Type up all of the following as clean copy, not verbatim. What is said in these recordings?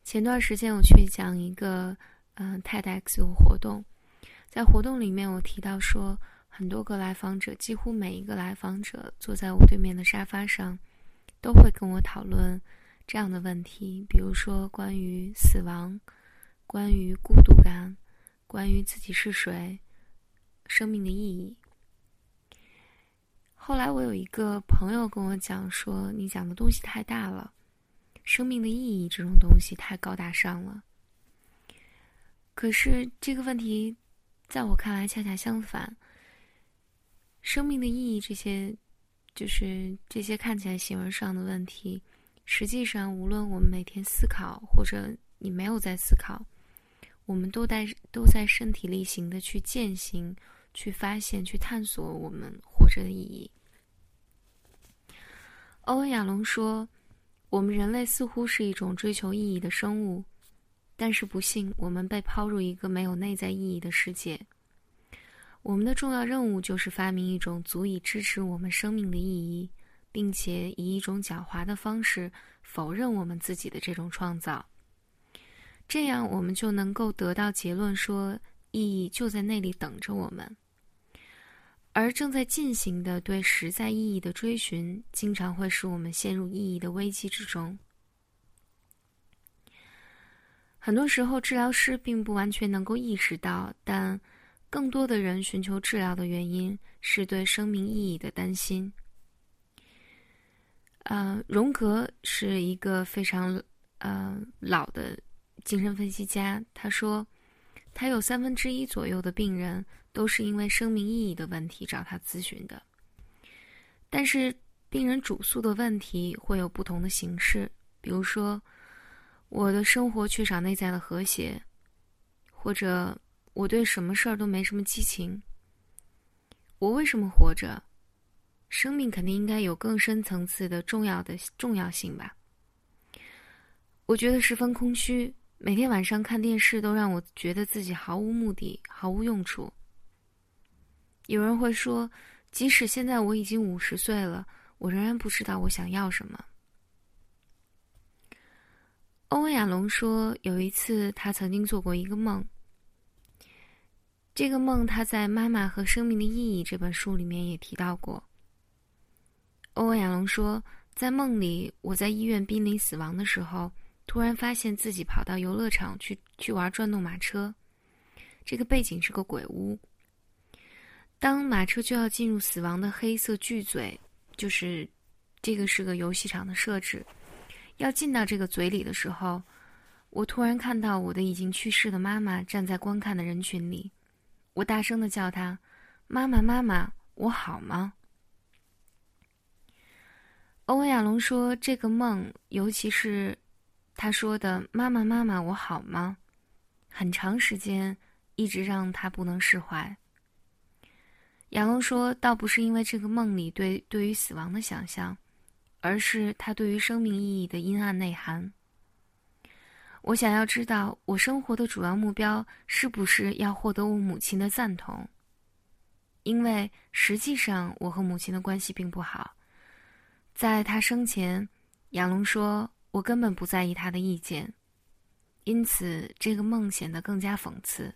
前段时间我去讲一个TEDx 活动，在活动里面我提到说，很多个来访者，几乎每一个来访者坐在我对面的沙发上，都会跟我讨论这样的问题，比如说关于死亡，关于孤独感，关于自己是谁，生命的意义。后来我有一个朋友跟我讲说，你讲的东西太大了，生命的意义这种东西太高大上了。可是这个问题在我看来恰恰相反，生命的意义这些看起来形而上的问题，实际上无论我们每天思考或者你没有在思考，我们都在身体力行的去践行，去发现，去探索我们活着的意义。欧文亚龙说，我们人类似乎是一种追求意义的生物，但是不幸我们被抛入一个没有内在意义的世界。我们的重要任务就是发明一种足以支持我们生命的意义，并且以一种狡猾的方式否认我们自己的这种创造。这样我们就能够得到结论说，意义就在那里等着我们。而正在进行的对实在意义的追寻，经常会使我们陷入意义的危机之中。很多时候治疗师并不完全能够意识到，但更多的人寻求治疗的原因是对生命意义的担心。荣格是一个非常老的精神分析家，他说他有1/3左右的病人都是因为生命意义的问题找他咨询的。但是病人主诉的问题会有不同的形式，比如说我的生活缺少内在的和谐，或者我对什么事儿都没什么激情。我为什么活着？生命肯定应该有更深层次的重要性吧。我觉得十分空虚，每天晚上看电视都让我觉得自己毫无目的，毫无用处。有人会说，即使现在我已经50岁了，我仍然不知道我想要什么。欧文亚龙说，有一次他曾经做过一个梦，这个梦他在《妈妈和生命的意义》这本书里面也提到过。欧文亚龙说，在梦里，我在医院濒临死亡的时候，突然发现自己跑到游乐场去玩转动马车，这个背景是个鬼屋。当马车就要进入死亡的黑色巨嘴，就是这个是个游戏场的设置，要进到这个嘴里的时候，我突然看到我的已经去世的妈妈站在观看的人群里，我大声地叫她，妈妈妈妈，我好吗？欧文亚龙说，这个梦，尤其是他说的妈妈妈妈我好吗，很长时间一直让他不能释怀。亚龙说，倒不是因为这个梦里对于死亡的想象，而是他对于生命意义的阴暗内涵。我想要知道，我生活的主要目标是不是要获得我母亲的赞同，因为实际上我和母亲的关系并不好。在他生前，亚龙说，我根本不在意他的意见，因此这个梦显得更加讽刺。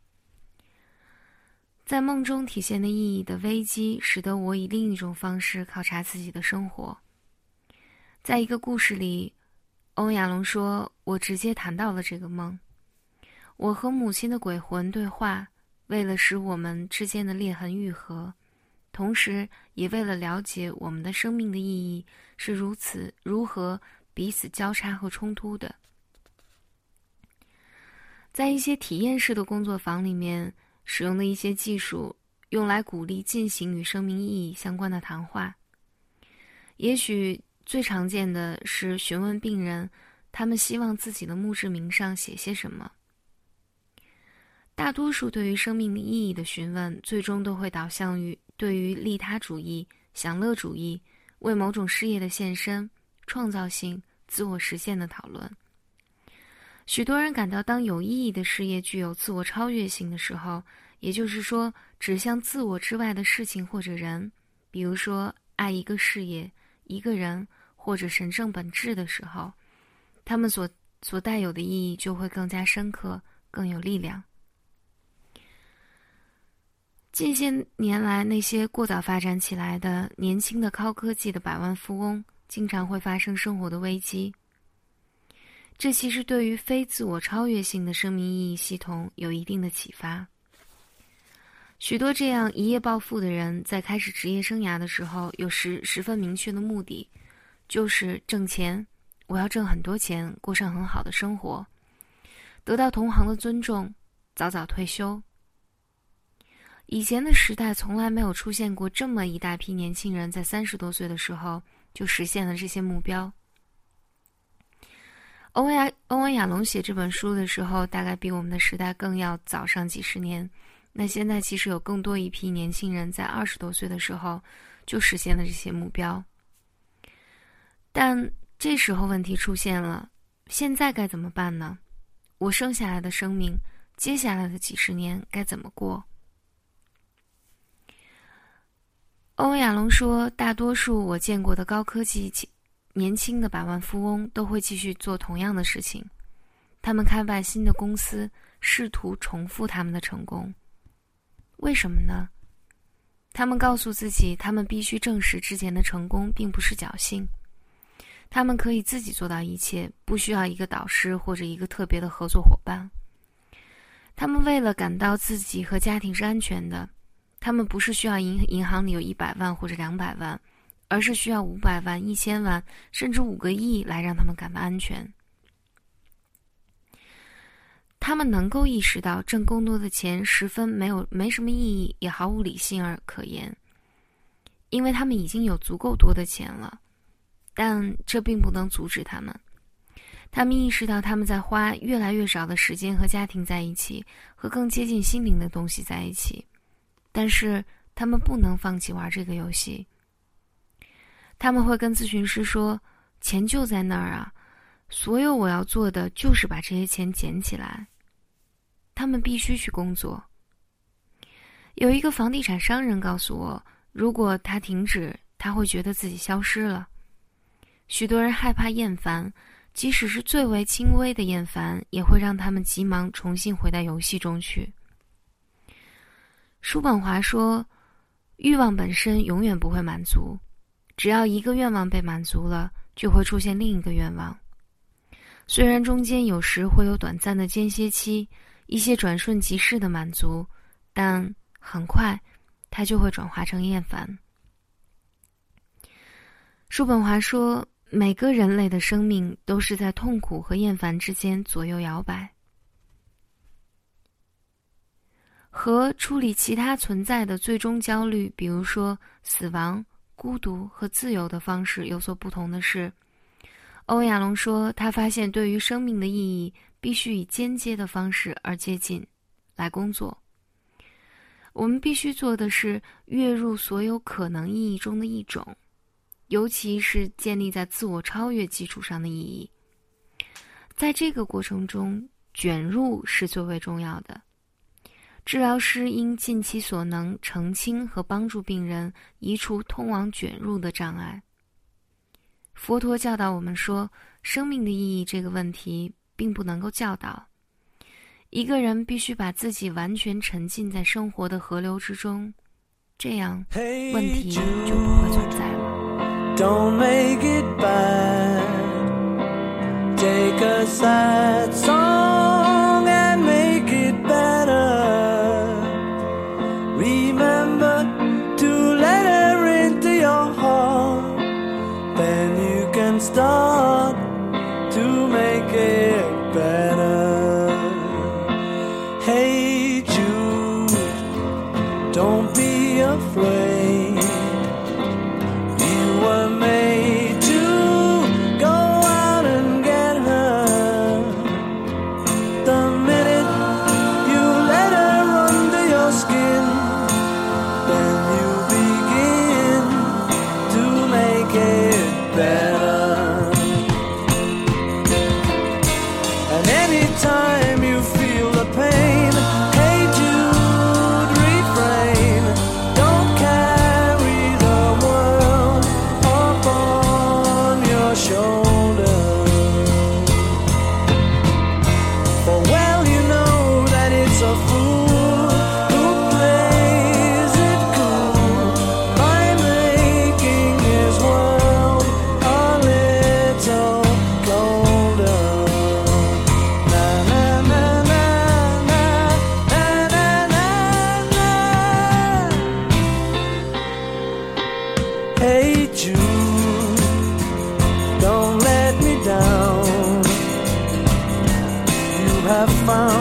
在梦中体现的意义的危机，使得我以另一种方式考察自己的生活。在一个故事里，欧文亚龙说，我直接谈到了这个梦。我和母亲的鬼魂对话，为了使我们之间的裂痕愈合，同时也为了了解我们的生命的意义是如何彼此交叉和冲突的。在一些体验式的工作坊里面，使用的一些技术用来鼓励进行与生命意义相关的谈话。也许最常见的是询问病人，他们希望自己的墓志铭上写些什么。大多数对于生命意义的询问，最终都会导向于对于利他主义、享乐主义、为某种事业的献身、创造性、自我实现的讨论。许多人感到，当有意义的事业具有自我超越性的时候，也就是说，指向自我之外的事情或者人，比如说爱一个事业、一个人或者神圣本质的时候，他们所所带有的意义就会更加深刻，更有力量。近些年来，那些过早发展起来的年轻的高科技的百万富翁经常会发生生活的危机，这其实对于非自我超越性的生命意义系统有一定的启发。许多这样一夜暴富的人在开始职业生涯的时候有十分明确的目的，就是挣钱，我要挣很多钱，过上很好的生活，得到同行的尊重，早早退休。以前的时代从来没有出现过这么一大批年轻人在30多岁的时候就实现了这些目标。欧文亚龙写这本书的时候大概比我们的时代更要早上几十年，那现在其实有更多一批年轻人在20多岁的时候就实现了这些目标。但这时候问题出现了，现在该怎么办呢？我剩下来的生命，接下来的几十年该怎么过？欧文亚龙说，大多数我见过的高科技年轻的百万富翁都会继续做同样的事情，他们开办新的公司，试图重复他们的成功。为什么呢？他们告诉自己，他们必须证实之前的成功并不是侥幸，他们可以自己做到一切，不需要一个导师或者一个特别的合作伙伴。他们为了感到自己和家庭是安全的，他们不是需要银行里有100万或者200万，而是需要500万、1000万，甚至5个亿来让他们感到安全。他们能够意识到挣更多的钱十分没什么意义，也毫无理性而可言，因为他们已经有足够多的钱了。但这并不能阻止他们。他们意识到他们在花越来越少的时间和家庭在一起，和更接近心灵的东西在一起。但是他们不能放弃玩这个游戏。他们会跟咨询师说，钱就在那儿啊，所有我要做的就是把这些钱捡起来。他们必须去工作。有一个房地产商人告诉我，如果他停止，他会觉得自己消失了。许多人害怕厌烦，即使是最为轻微的厌烦，也会让他们急忙重新回到游戏中去。叔本华说，欲望本身永远不会满足，只要一个愿望被满足了，就会出现另一个愿望。虽然中间有时会有短暂的间歇期，一些转瞬即逝的满足，但很快它就会转化成厌烦。叔本华说，每个人类的生命都是在痛苦和厌烦之间左右摇摆。和处理其他存在的最终焦虑，比如说死亡、孤独和自由的方式有所不同的是，欧文亚龙说，他发现对于生命的意义必须以间接的方式而接近来工作。我们必须做的是跃入所有可能意义中的一种，尤其是建立在自我超越基础上的意义。在这个过程中，卷入是最为重要的。治疗师应尽其所能澄清和帮助病人移除通往卷入的障碍。佛陀教导我们说，生命的意义这个问题并不能够教导。一个人必须把自己完全沉浸在生活的河流之中，这样问题就不会存在了。 Don't make it bad. Take a sad song and make it better. Remember to let her into your heart. Then you can start to make it better. Hey Jude, don't be afraid.Better. And have found